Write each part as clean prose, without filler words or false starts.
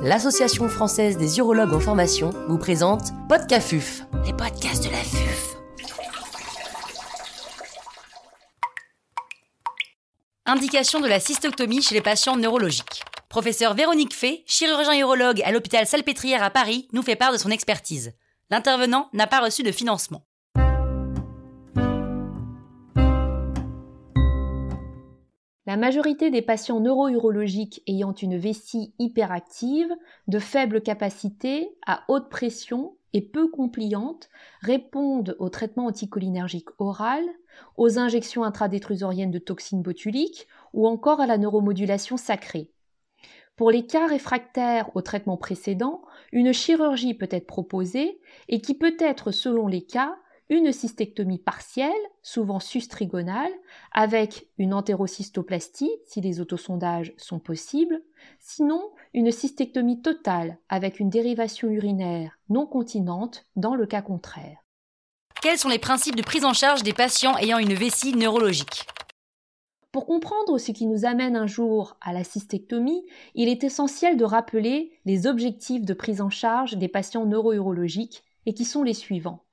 l'Association française des urologues en formation vous présente Podcafuf, les podcasts de la FUF. Indication de la cystectomie chez les patients neurologiques. Professeur Véronique Fay, chirurgien urologue à l'hôpital Salpêtrière à Paris, nous fait part de son expertise. L'intervenant n'a pas reçu de financement. La majorité des patients neuro-urologiques ayant une vessie hyperactive, de faible capacité, à haute pression et peu compliante répondent au traitement anticholinergique oral, aux injections intradétrusoriennes de toxines botuliques ou encore à la neuromodulation sacrée. Pour les cas réfractaires au traitement précédent, une chirurgie peut être proposée et qui peut être, selon les cas, une cystectomie partielle, souvent sus-trigonale, avec une entérocystoplastie si les autosondages sont possibles, sinon une cystectomie totale avec une dérivation urinaire non continente dans le cas contraire. Quels sont les principes de prise en charge des patients ayant une vessie neurologique ? Pour comprendre ce qui nous amène un jour à la cystectomie, il est essentiel de rappeler les objectifs de prise en charge des patients neuro-urologiques et qui sont les suivants.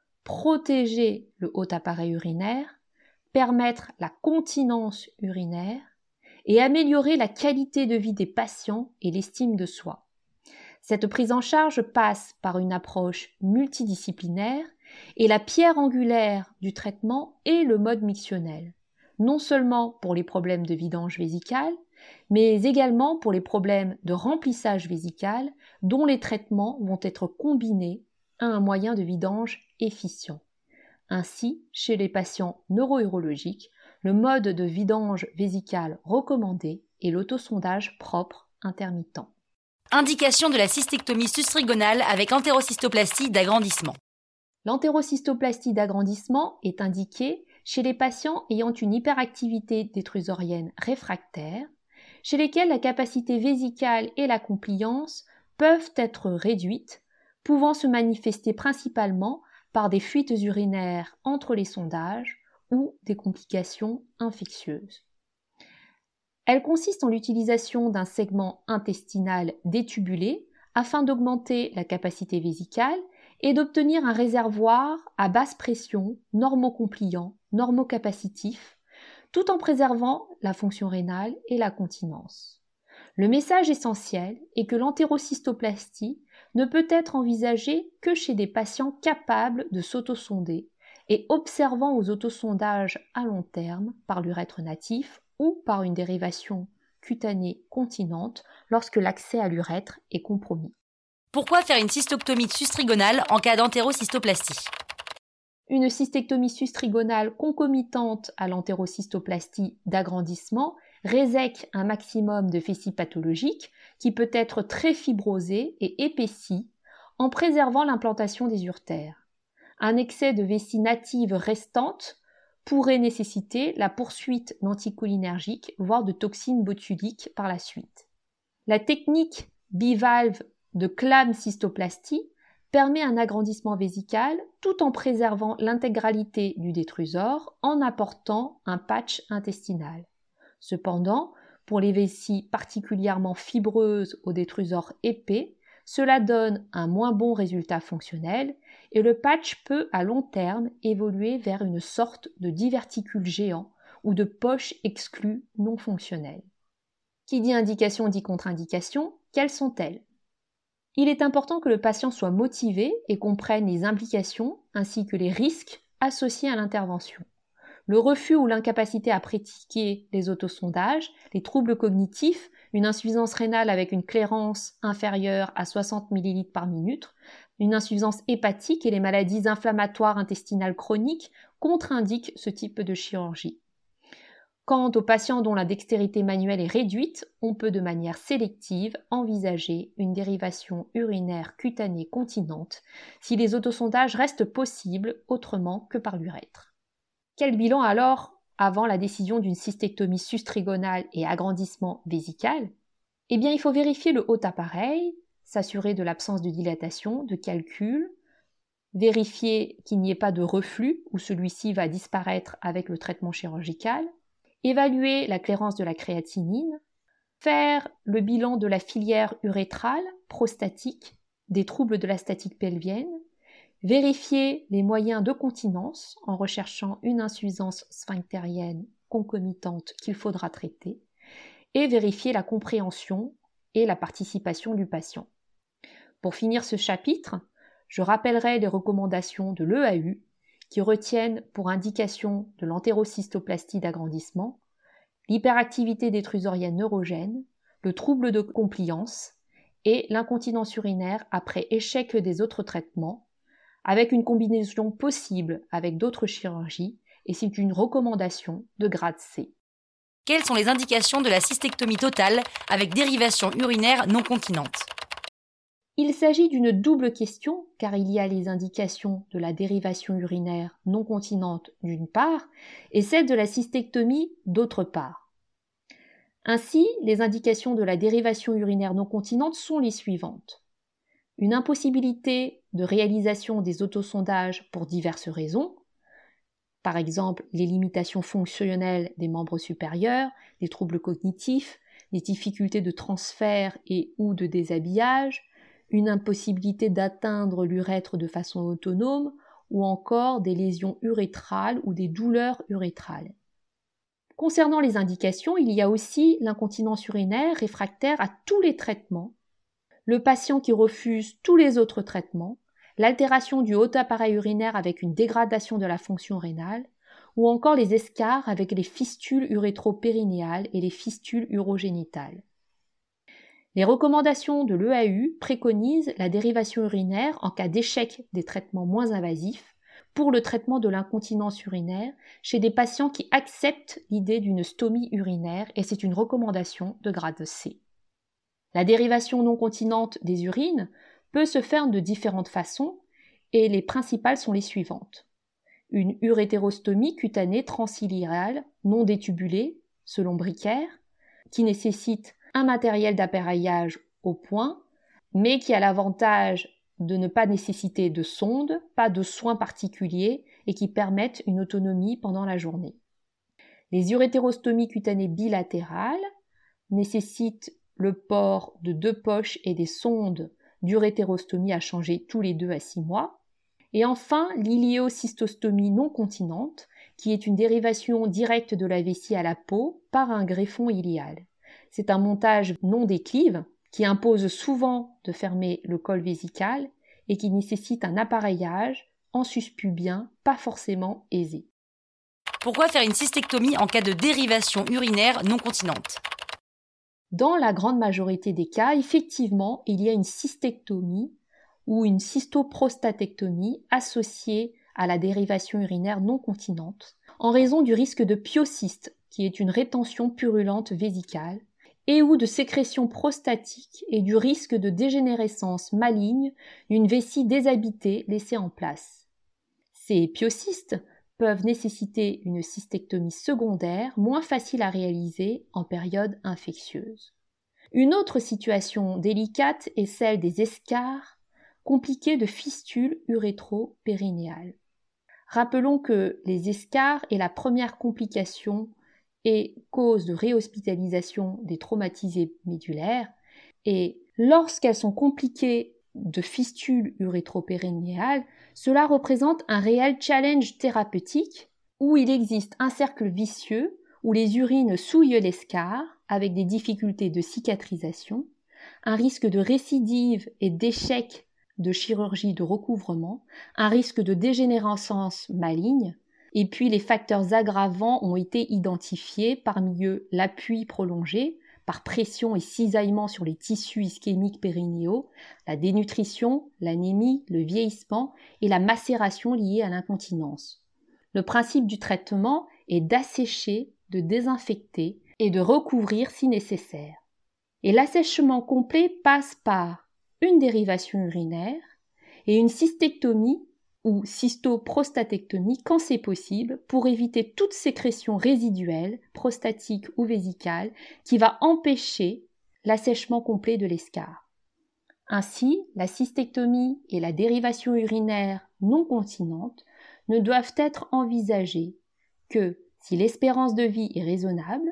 Protéger le haut appareil urinaire, permettre la continence urinaire et améliorer la qualité de vie des patients et l'estime de soi. Cette prise en charge passe par une approche multidisciplinaire et la pierre angulaire du traitement est le mode mictionnel, non seulement pour les problèmes de vidange vésicale, mais également pour les problèmes de remplissage vésical dont les traitements vont être combinés à un moyen de vidange efficient. Ainsi, chez les patients neuro-urologiques, le mode de vidange vésicale recommandé est l'autosondage propre intermittent. Indication de la cystectomie sus-trigonale avec entérocystoplastie d'agrandissement. L'entérocystoplastie d'agrandissement est indiquée chez les patients ayant une hyperactivité détrusorienne réfractaire, chez lesquels la capacité vésicale et la compliance peuvent être réduites, pouvant se manifester principalement par des fuites urinaires entre les sondages ou des complications infectieuses. Elle consiste en l'utilisation d'un segment intestinal détubulé afin d'augmenter la capacité vésicale et d'obtenir un réservoir à basse pression, normocompliant, normocapacitif, tout en préservant la fonction rénale et la continence. Le message essentiel est que l'entérocystoplastie ne peut être envisagée que chez des patients capables de s'autosonder et observant aux autosondages à long terme par l'urètre natif ou par une dérivation cutanée continente lorsque l'accès à l'urètre est compromis. Pourquoi faire une cystectomie sus-trigonale en cas d'entérocystoplastie ? Une cystectomie sus-trigonale concomitante à l'entérocystoplastie d'agrandissement résèque un maximum de vessie pathologique qui peut être très fibrosée et épaissie en préservant l'implantation des urtères. Un excès de vessie native restante pourrait nécessiter la poursuite d'anticholinergiques, voire de toxines botuliques par la suite. La technique bivalve de clamcystoplastie permet un agrandissement vésical tout en préservant l'intégralité du détrusor en apportant un patch intestinal. Cependant, pour les vessies particulièrement fibreuses au détrusor épais, cela donne un moins bon résultat fonctionnel et le patch peut à long terme évoluer vers une sorte de diverticule géant ou de poche exclue non fonctionnelle. Qui dit indication dit contre-indication, quelles sont-elles ? Il est important que le patient soit motivé et comprenne les implications ainsi que les risques associés à l'intervention. Le refus ou l'incapacité à pratiquer les autosondages, les troubles cognitifs, une insuffisance rénale avec une clairance inférieure à 60 ml par minute, une insuffisance hépatique et les maladies inflammatoires intestinales chroniques contre-indiquent ce type de chirurgie. Quant aux patients dont la dextérité manuelle est réduite, on peut de manière sélective envisager une dérivation urinaire cutanée continente si les autosondages restent possibles autrement que par l'urètre. Quel bilan alors avant la décision d'une cystectomie sus-trigonale et agrandissement vésical ? Eh bien, il faut vérifier le haut appareil, s'assurer de l'absence de dilatation, de calcul, vérifier qu'il n'y ait pas de reflux ou celui-ci va disparaître avec le traitement chirurgical, évaluer la clairance de la créatinine, faire le bilan de la filière urétrale, prostatique, des troubles de la statique pelvienne, vérifier les moyens de continence en recherchant une insuffisance sphinctérienne concomitante qu'il faudra traiter, et vérifier la compréhension et la participation du patient. Pour finir ce chapitre, je rappellerai les recommandations de l'EAU qui retiennent pour indication de l'entérocystoplastie d'agrandissement l'hyperactivité des trusoriennes neurogènes, le trouble de compliance et l'incontinence urinaire après échec des autres traitements, avec une combinaison possible avec d'autres chirurgies, et c'est une recommandation de grade C. Quelles sont les indications de la cystectomie totale avec dérivation urinaire non continente ? Il s'agit d'une double question, car il y a les indications de la dérivation urinaire non continente d'une part, et celle de la cystectomie d'autre part. Ainsi, les indications de la dérivation urinaire non continente sont les suivantes. Une impossibilité de réalisation des autosondages pour diverses raisons, par exemple les limitations fonctionnelles des membres supérieurs, des troubles cognitifs, des difficultés de transfert et ou de déshabillage, une impossibilité d'atteindre l'urètre de façon autonome ou encore des lésions urétrales ou des douleurs urétrales. Concernant les indications, il y a aussi l'incontinence urinaire réfractaire à tous les traitements, le patient qui refuse tous les autres traitements, l'altération du haut appareil urinaire avec une dégradation de la fonction rénale, ou encore les escarres avec les fistules urétro-périnéales et les fistules urogénitales. Les recommandations de l'EAU préconisent la dérivation urinaire en cas d'échec des traitements moins invasifs pour le traitement de l'incontinence urinaire chez des patients qui acceptent l'idée d'une stomie urinaire, et c'est une recommandation de grade C. La dérivation non continente des urines peut se faire de différentes façons et les principales sont les suivantes. Une urétérostomie cutanée transilirale non détubulée, selon Bricker, qui nécessite un matériel d'appareillage au point, mais qui a l'avantage de ne pas nécessiter de sonde, pas de soins particuliers et qui permettent une autonomie pendant la journée. Les urétérostomies cutanées bilatérales nécessitent le port de 2 poches et des sondes d'urétérostomie à changer tous les 2 à 6 mois. Et enfin, l'iliocystostomie non continente, qui est une dérivation directe de la vessie à la peau par un greffon ilial. C'est un montage non déclive qui impose souvent de fermer le col vésical et qui nécessite un appareillage en suspubien pas forcément aisé. Pourquoi faire une cystectomie en cas de dérivation urinaire non continente ? Dans la grande majorité des cas, effectivement, il y a une cystectomie ou une cystoprostatectomie associée à la dérivation urinaire non continente en raison du risque de pyocyste, qui est une rétention purulente vésicale, et ou de sécrétion prostatique et du risque de dégénérescence maligne d'une vessie déshabitée laissée en place. Ces pyocystes peuvent nécessiter une cystectomie secondaire moins facile à réaliser en période infectieuse. Une autre situation délicate est celle des escarres compliquées de fistules urétro-périnéales. Rappelons que les escarres est la première complication et cause de réhospitalisation des traumatisés médulaires, et lorsqu'elles sont compliquées de fistules urétro-périnéales, cela représente un réel challenge thérapeutique où il existe un cercle vicieux où les urines souillent l'escarre avec des difficultés de cicatrisation, un risque de récidive et d'échec de chirurgie de recouvrement, un risque de dégénérescence maligne, et puis les facteurs aggravants ont été identifiés, parmi eux l'appui prolongé, par pression et cisaillement sur les tissus ischémiques périnéaux, la dénutrition, l'anémie, le vieillissement et la macération liée à l'incontinence. Le principe du traitement est d'assécher, de désinfecter et de recouvrir si nécessaire. Et l'assèchement complet passe par une dérivation urinaire et une cystectomie ou cystoprostatectomie quand c'est possible pour éviter toute sécrétion résiduelle, prostatique ou vésicale, qui va empêcher l'assèchement complet de l'escarre. Ainsi, la cystectomie et la dérivation urinaire non continente ne doivent être envisagées que si l'espérance de vie est raisonnable,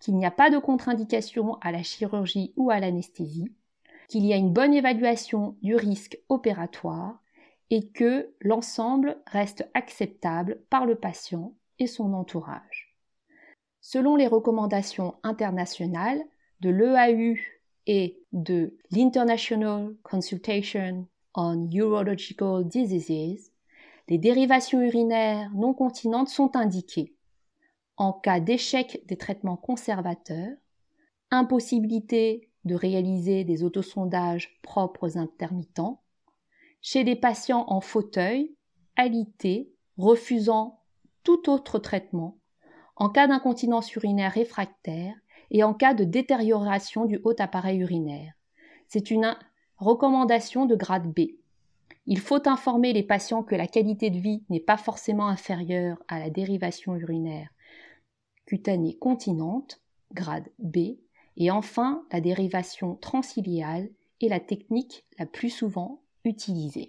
qu'il n'y a pas de contre-indication à la chirurgie ou à l'anesthésie, qu'il y a une bonne évaluation du risque opératoire et que l'ensemble reste acceptable par le patient et son entourage. Selon les recommandations internationales de l'EAU et de l'International Consultation on Urological Diseases, les dérivations urinaires non continentes sont indiquées en cas d'échec des traitements conservateurs, impossibilité de réaliser des autosondages propres intermittents, chez des patients en fauteuil, alités, refusant tout autre traitement, en cas d'incontinence urinaire réfractaire et en cas de détérioration du haut appareil urinaire. C'est une recommandation de grade B. Il faut informer les patients que la qualité de vie n'est pas forcément inférieure à la dérivation urinaire cutanée continente, grade B, et enfin la dérivation transiliale est la technique la plus souvent utilisée.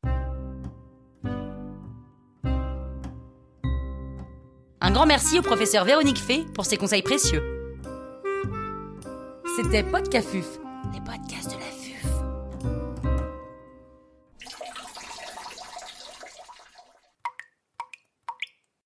Un grand merci au professeur Véronique Fay pour ses conseils précieux. C'était Podcafuf, les podcasts de